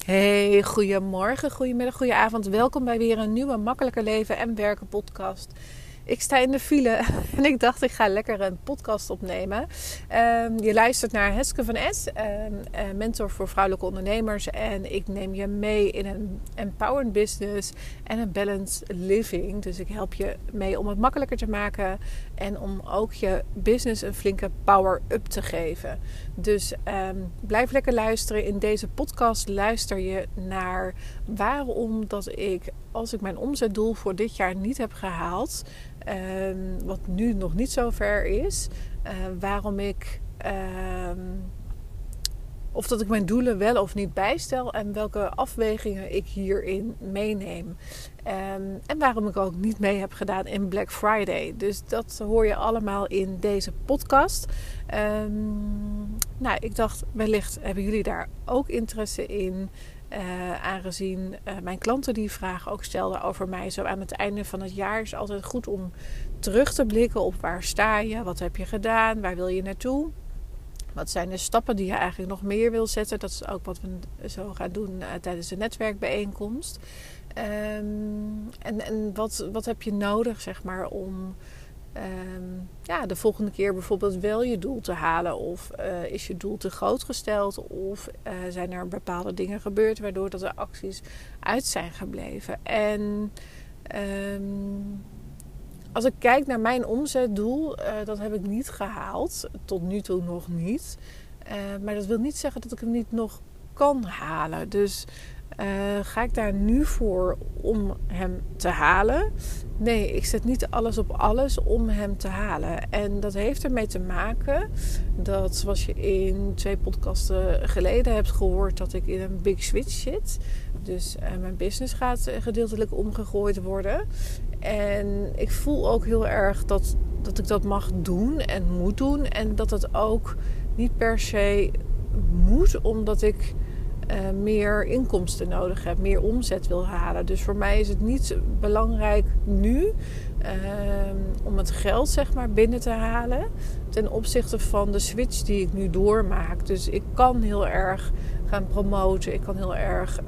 Hey, goedemorgen, goedemiddag, goedenavond. Welkom bij weer een nieuwe Makkelijker Leven en Werken podcast. Ik sta in de file en ik dacht ik ga lekker een podcast opnemen. Je luistert naar Heske van Es, mentor voor vrouwelijke ondernemers. En ik neem je mee in een empowered business en een balanced living. Dus ik help je mee om het makkelijker te maken en om ook je business een flinke power-up te geven. Dus blijf lekker luisteren. In deze podcast luister je naar waarom dat ik, als ik mijn omzetdoel voor dit jaar niet heb gehaald, wat nu nog niet zo ver is, waarom ik of dat ik mijn doelen wel of niet bijstel en welke afwegingen ik hierin meeneem. En waarom ik ook niet mee heb gedaan in Black Friday. Dus dat hoor je allemaal in deze podcast. Ik dacht, wellicht hebben jullie daar ook interesse in. Aangezien mijn klanten die vragen ook stelden over mij. Zo aan het einde van het jaar is het altijd goed om terug te blikken op waar sta je, wat heb je gedaan, waar wil je naartoe. Wat zijn de stappen die je eigenlijk nog meer wil zetten? Dat is ook wat we zo gaan doen tijdens de netwerkbijeenkomst. En wat heb je nodig, zeg maar, om de volgende keer bijvoorbeeld wel je doel te halen? Of is je doel te groot gesteld? Of zijn er bepaalde dingen gebeurd waardoor dat de acties uit zijn gebleven? En als ik kijk naar mijn omzetdoel, dat heb ik niet gehaald. Tot nu toe nog niet. Maar dat wil niet zeggen dat ik hem niet nog kan halen. Dus ga ik daar nu voor om hem te halen? Nee, ik zet niet alles op alles om hem te halen. En dat heeft ermee te maken dat, zoals je in 2 podcasten geleden hebt gehoord, dat ik in een big switch zit. Dus mijn business gaat gedeeltelijk omgegooid worden. En ik voel ook heel erg dat ik dat mag doen en moet doen. En dat het ook niet per se moet, omdat ik meer inkomsten nodig heb, meer omzet wil halen. Dus voor mij is het niet belangrijk nu om het geld, zeg maar, binnen te halen ten opzichte van de switch die ik nu doormaak. Dus ik kan heel erg gaan promoten. Ik kan heel erg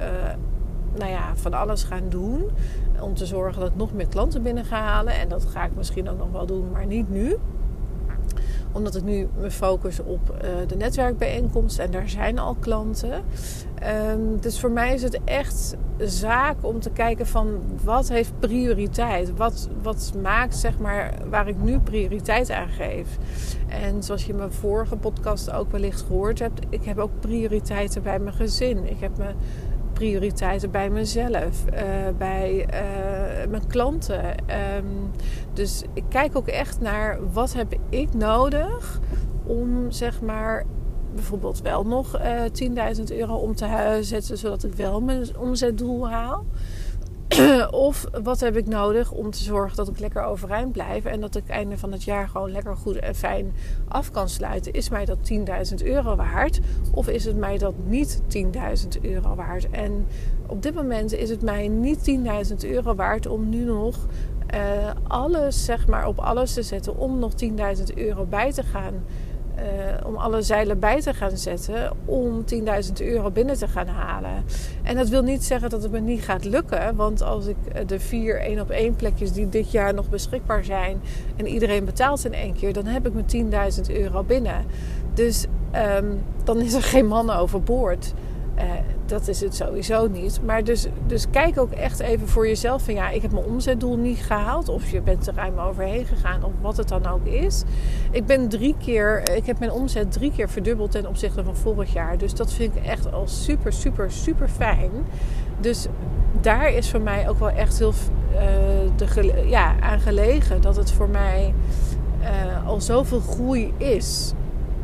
van alles gaan doen om te zorgen dat ik nog meer klanten binnen ga halen. En dat ga ik misschien ook nog wel doen, maar niet nu. Omdat ik nu me focus op de netwerkbijeenkomst en daar zijn al klanten. Dus voor mij is het echt zaak om te kijken van wat heeft prioriteit? Wat maakt, zeg maar, waar ik nu prioriteit aan geef? En zoals je in mijn vorige podcast ook wellicht gehoord hebt, ik heb ook prioriteiten bij mijn gezin. Ik heb mijn prioriteiten bij mezelf, bij mijn klanten. Dus ik kijk ook echt naar wat heb ik nodig om, zeg maar, bijvoorbeeld wel nog €10.000 om te zetten, zodat ik wel mijn omzetdoel haal. Of wat heb ik nodig om te zorgen dat ik lekker overeind blijf en dat ik einde van het jaar gewoon lekker goed en fijn af kan sluiten. Is mij dat €10.000 waard? Of is het mij dat niet €10.000 waard? En op dit moment is het mij niet €10.000 waard om nu nog alles, zeg maar, op alles te zetten om nog €10.000 bij te gaan. Om alle zeilen bij te gaan zetten om €10.000 binnen te gaan halen. En dat wil niet zeggen dat het me niet gaat lukken. Want als ik de 4 1-op-1 plekjes die dit jaar nog beschikbaar zijn en iedereen betaalt in 1 keer, dan heb ik mijn €10.000 binnen. Dus dan is er geen man overboord. Dat is het sowieso niet. Maar dus kijk ook echt even voor jezelf van ik heb mijn omzetdoel niet gehaald. Of je bent er ruim overheen gegaan. Of wat het dan ook is. Ik heb mijn omzet 3 keer verdubbeld ten opzichte van vorig jaar. Dus dat vind ik echt al super, super, super fijn. Dus daar is voor mij ook wel echt heel aan gelegen. Dat het voor mij al zoveel groei is.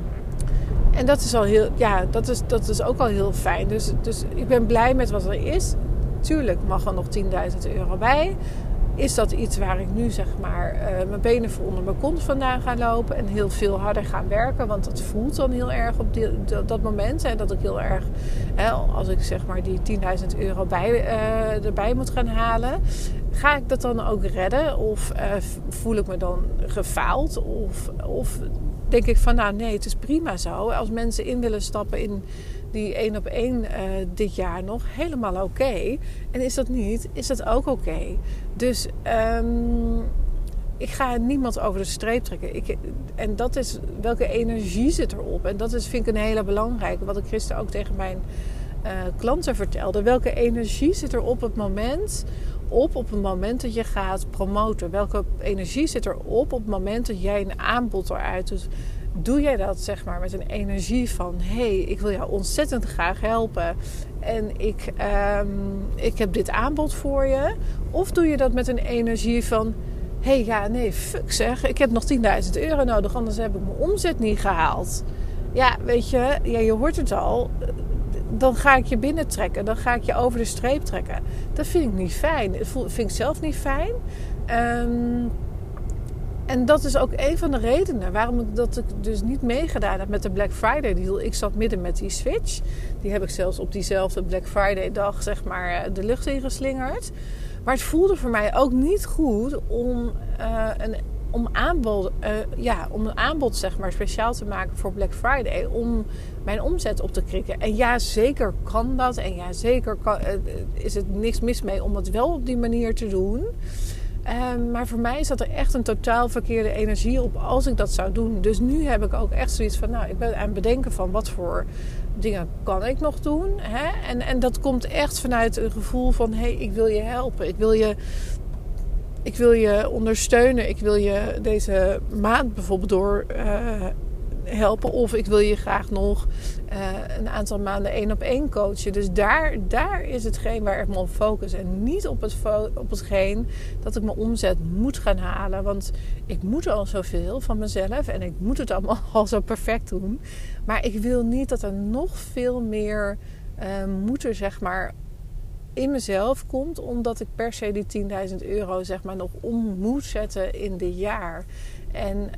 En dat is al heel, dat is ook al heel fijn. Dus ik ben blij met wat er is. Tuurlijk mag er nog €10.000 bij. Is dat iets waar ik nu, zeg maar, mijn benen voor onder mijn kont vandaan ga lopen en heel veel harder gaan werken? Want dat voelt dan heel erg op dat moment. En dat ik heel erg, als ik, zeg maar, die €10.000 erbij moet gaan halen, ga ik dat dan ook redden? Of voel ik me dan gefaald? Of denk ik van, nou nee, het is prima zo. Als mensen in willen stappen in die 1-op-1 dit jaar nog helemaal oké. En is dat niet, is dat ook oké. Dus ik ga niemand over de streep trekken. En dat is, welke energie zit erop? En dat is, vind ik, een hele belangrijke. Wat ik gisteren ook tegen mijn klanten vertelde. Welke energie zit er op het moment dat je gaat promoten? Welke energie zit er op het moment dat jij een aanbod eruit doet? Doe jij dat, zeg maar, met een energie van... hey, ik wil jou ontzettend graag helpen en ik heb dit aanbod voor je? Of doe je dat met een energie van... hey, ja, nee, fuck zeg, ik heb nog 10.000 euro nodig, anders heb ik mijn omzet niet gehaald. Ja, weet je, je hoort het al. Dan ga ik je binnentrekken, dan ga ik je over de streep trekken. Dat vind ik niet fijn. Dat vind ik zelf niet fijn. En dat is ook een van de redenen waarom ik dus niet meegedaan heb met de Black Friday deal. Ik zat midden met die switch. Die heb ik zelfs op diezelfde Black Friday dag, zeg maar, de lucht ingeslingerd. Maar het voelde voor mij ook niet goed om een aanbod, zeg maar, speciaal te maken voor Black Friday. Om mijn omzet op te krikken. En ja, zeker kan dat. En ja, zeker is het niks mis mee om het wel op die manier te doen. Maar voor mij zat er echt een totaal verkeerde energie op als ik dat zou doen. Dus nu heb ik ook echt zoiets van... ik ben aan het bedenken van wat voor dingen kan ik nog doen. Hè? En dat komt echt vanuit een gevoel van... hey, ik wil je helpen. Ik wil je ondersteunen. Ik wil je deze maand bijvoorbeeld door helpen. Of ik wil je graag nog een aantal maanden 1-op-1 coachen. Dus daar is hetgeen waar ik me op focus. En niet op hetgeen dat ik mijn omzet moet gaan halen. Want ik moet al zoveel van mezelf. En ik moet het allemaal al zo perfect doen. Maar ik wil niet dat er nog veel meer moeten, zeg maar, in mezelf komt. Omdat ik per se die 10.000 euro, zeg maar, nog om moet zetten in dit jaar. En...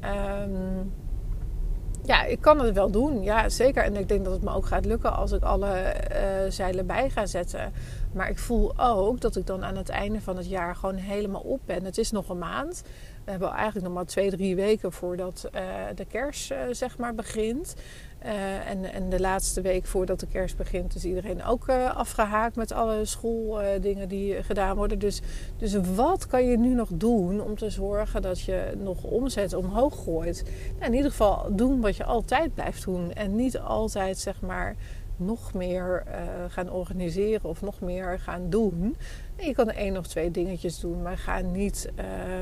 ja, ik kan het wel doen. Ja, zeker. En ik denk dat het me ook gaat lukken als ik alle zeilen bij ga zetten. Maar ik voel ook dat ik dan aan het einde van het jaar gewoon helemaal op ben. Het is nog een maand. We hebben eigenlijk nog maar 2-3 weken voordat de kerst, zeg maar, begint. En de laatste week voordat de kerst begint is iedereen ook afgehaakt met alle schooldingen die gedaan worden. Dus wat kan je nu nog doen om te zorgen dat je nog omzet omhoog gooit? Nou, in ieder geval doen wat je altijd blijft doen. En niet altijd, zeg maar, nog meer gaan organiseren of nog meer gaan doen. En je kan 1 of 2 dingetjes doen, maar ga niet...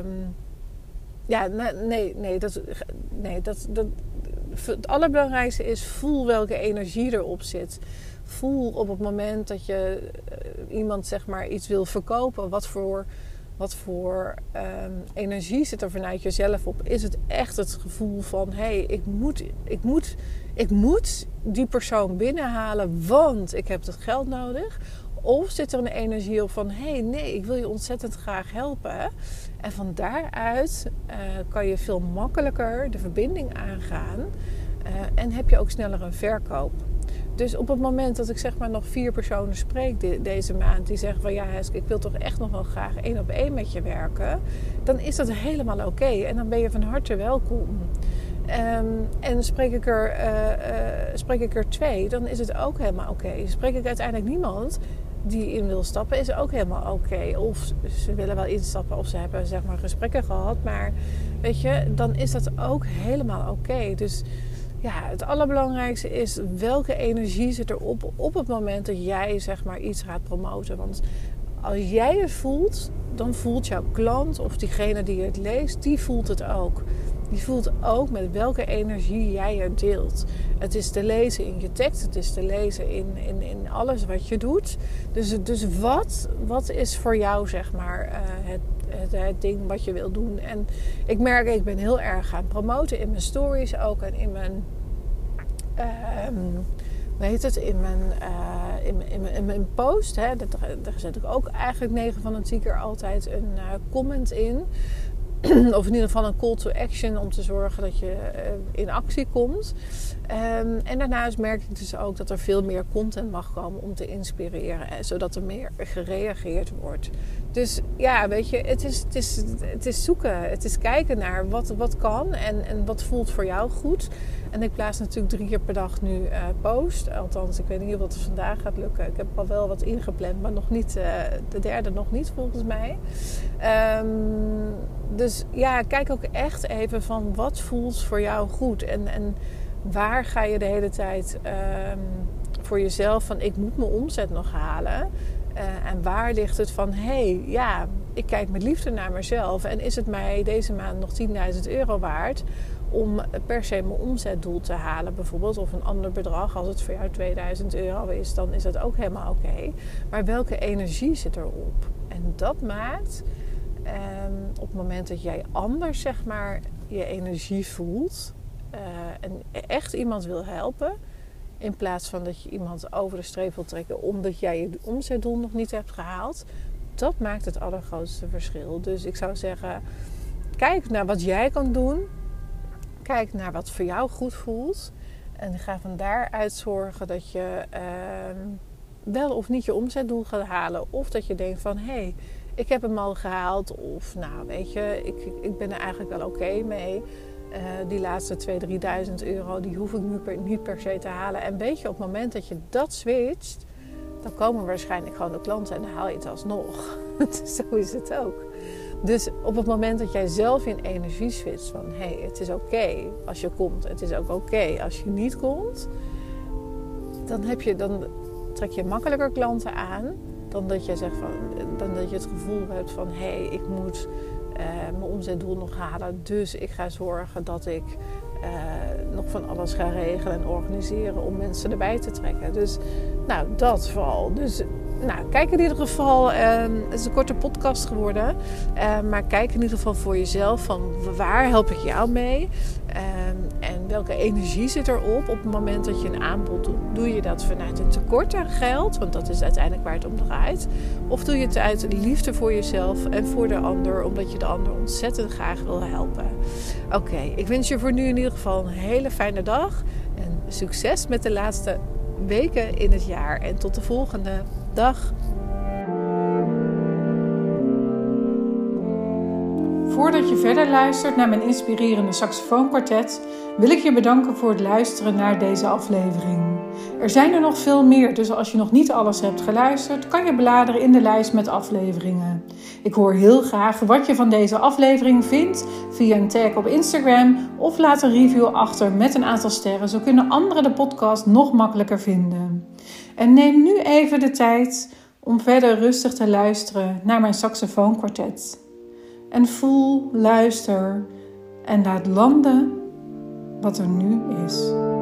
het allerbelangrijkste is, voel welke energie erop zit. Voel op het moment dat je iemand, zeg maar, iets wil verkopen. Wat voor energie zit er vanuit jezelf op? Is het echt het gevoel van... hey, ik moet die persoon binnenhalen, want ik heb het geld nodig? Of zit er een energie op van... hey, nee, ik wil je ontzettend graag helpen. En van daaruit kan je veel makkelijker de verbinding aangaan. En heb je ook sneller een verkoop. Dus op het moment dat ik, zeg maar, nog 4 personen spreek deze maand... die zeggen van, ja, Heske, ik wil toch echt nog wel graag 1-op-1 met je werken... dan is dat helemaal oké. En dan ben je van harte welkom. En spreek ik er 2, dan is het ook helemaal oké. Spreek ik uiteindelijk niemand die in wil stappen, is ook helemaal oké. Of ze willen wel instappen of ze hebben, zeg maar, gesprekken gehad. Maar weet je, dan is dat ook helemaal oké. Dus ja, het allerbelangrijkste is welke energie zit er op het moment dat jij, zeg maar, iets gaat promoten. Want als jij het voelt, dan voelt jouw klant of diegene die het leest, die voelt het ook. Die voelt ook met welke energie jij het deelt. Het is te lezen in je tekst. Het is te lezen in alles wat je doet. Dus wat is voor jou, zeg maar, het ding wat je wil doen? En ik merk, ik ben heel erg gaan promoten in mijn stories ook. En in mijn... in mijn post. Hè, daar zet ik ook eigenlijk 9 van de 10 keer altijd een comment in. Of in ieder geval een call to action om te zorgen dat je in actie komt. En daarnaast merk ik dus ook dat er veel meer content mag komen om te inspireren. Zodat er meer gereageerd wordt. Dus ja, weet je, het is zoeken. Het is kijken naar wat kan en wat voelt voor jou goed. En ik plaats natuurlijk 3 keer per dag nu post. Althans, ik weet niet of het vandaag gaat lukken. Ik heb al wel wat ingepland, maar nog niet, de derde nog niet volgens mij. Dus ja, kijk ook echt even van wat voelt voor jou goed. En waar ga je de hele tijd voor jezelf van ik moet mijn omzet nog halen. En waar ligt het van ik kijk met liefde naar mezelf. En is het mij deze maand nog €10.000 waard om per se mijn omzetdoel te halen bijvoorbeeld. Of een ander bedrag. Als het voor jou €2000 is, dan is dat ook helemaal oké. Maar welke energie zit erop? En dat maakt op het moment dat jij anders zeg maar je energie voelt. En echt iemand wil helpen. In plaats van dat je iemand over de streep wil trekken omdat jij je omzetdoel nog niet hebt gehaald. Dat maakt het allergrootste verschil. Dus ik zou zeggen, kijk naar wat jij kan doen. Kijk naar wat voor jou goed voelt. En ga van daaruit zorgen dat je wel of niet je omzetdoel gaat halen. Of dat je denkt van, ik heb hem al gehaald. Of nou, weet je, ik ben er eigenlijk wel oké mee. Die laatste €2.000-3.000, die hoef ik nu niet per se te halen. En weet je, op het moment dat je dat switcht, dan komen waarschijnlijk gewoon de klanten en dan haal je het alsnog. Zo is het ook. Dus op het moment dat jij zelf in energie switcht van het is oké als je komt, het is ook oké als je niet komt, dan trek je makkelijker klanten aan dan dat je dan dat je het gevoel hebt van ik moet mijn omzetdoel nog halen. Dus ik ga zorgen dat ik nog van alles ga regelen en organiseren om mensen erbij te trekken. Dus nou, dat vooral. Dus kijk in ieder geval, het is een korte podcast geworden. Maar kijk in ieder geval voor jezelf van waar help ik jou mee? En welke energie zit erop op het moment dat je een aanbod doet? Doe je dat vanuit een tekort aan geld? Want dat is uiteindelijk waar het om draait. Of doe je het uit liefde voor jezelf en voor de ander, omdat je de ander ontzettend graag wil helpen? Oké, ik wens je voor nu in ieder geval een hele fijne dag. En succes met de laatste weken in het jaar. En tot de volgende dag. Voordat je verder luistert naar mijn inspirerende saxofoonkwartet, wil ik je bedanken voor het luisteren naar deze aflevering. Er zijn er nog veel meer, dus als je nog niet alles hebt geluisterd, kan je bladeren in de lijst met afleveringen. Ik hoor heel graag wat je van deze aflevering vindt via een tag op Instagram of laat een review achter met een aantal sterren. Zo kunnen anderen de podcast nog makkelijker vinden. En neem nu even de tijd om verder rustig te luisteren naar mijn saxofoonkwartet. En voel, luister en laat landen wat er nu is.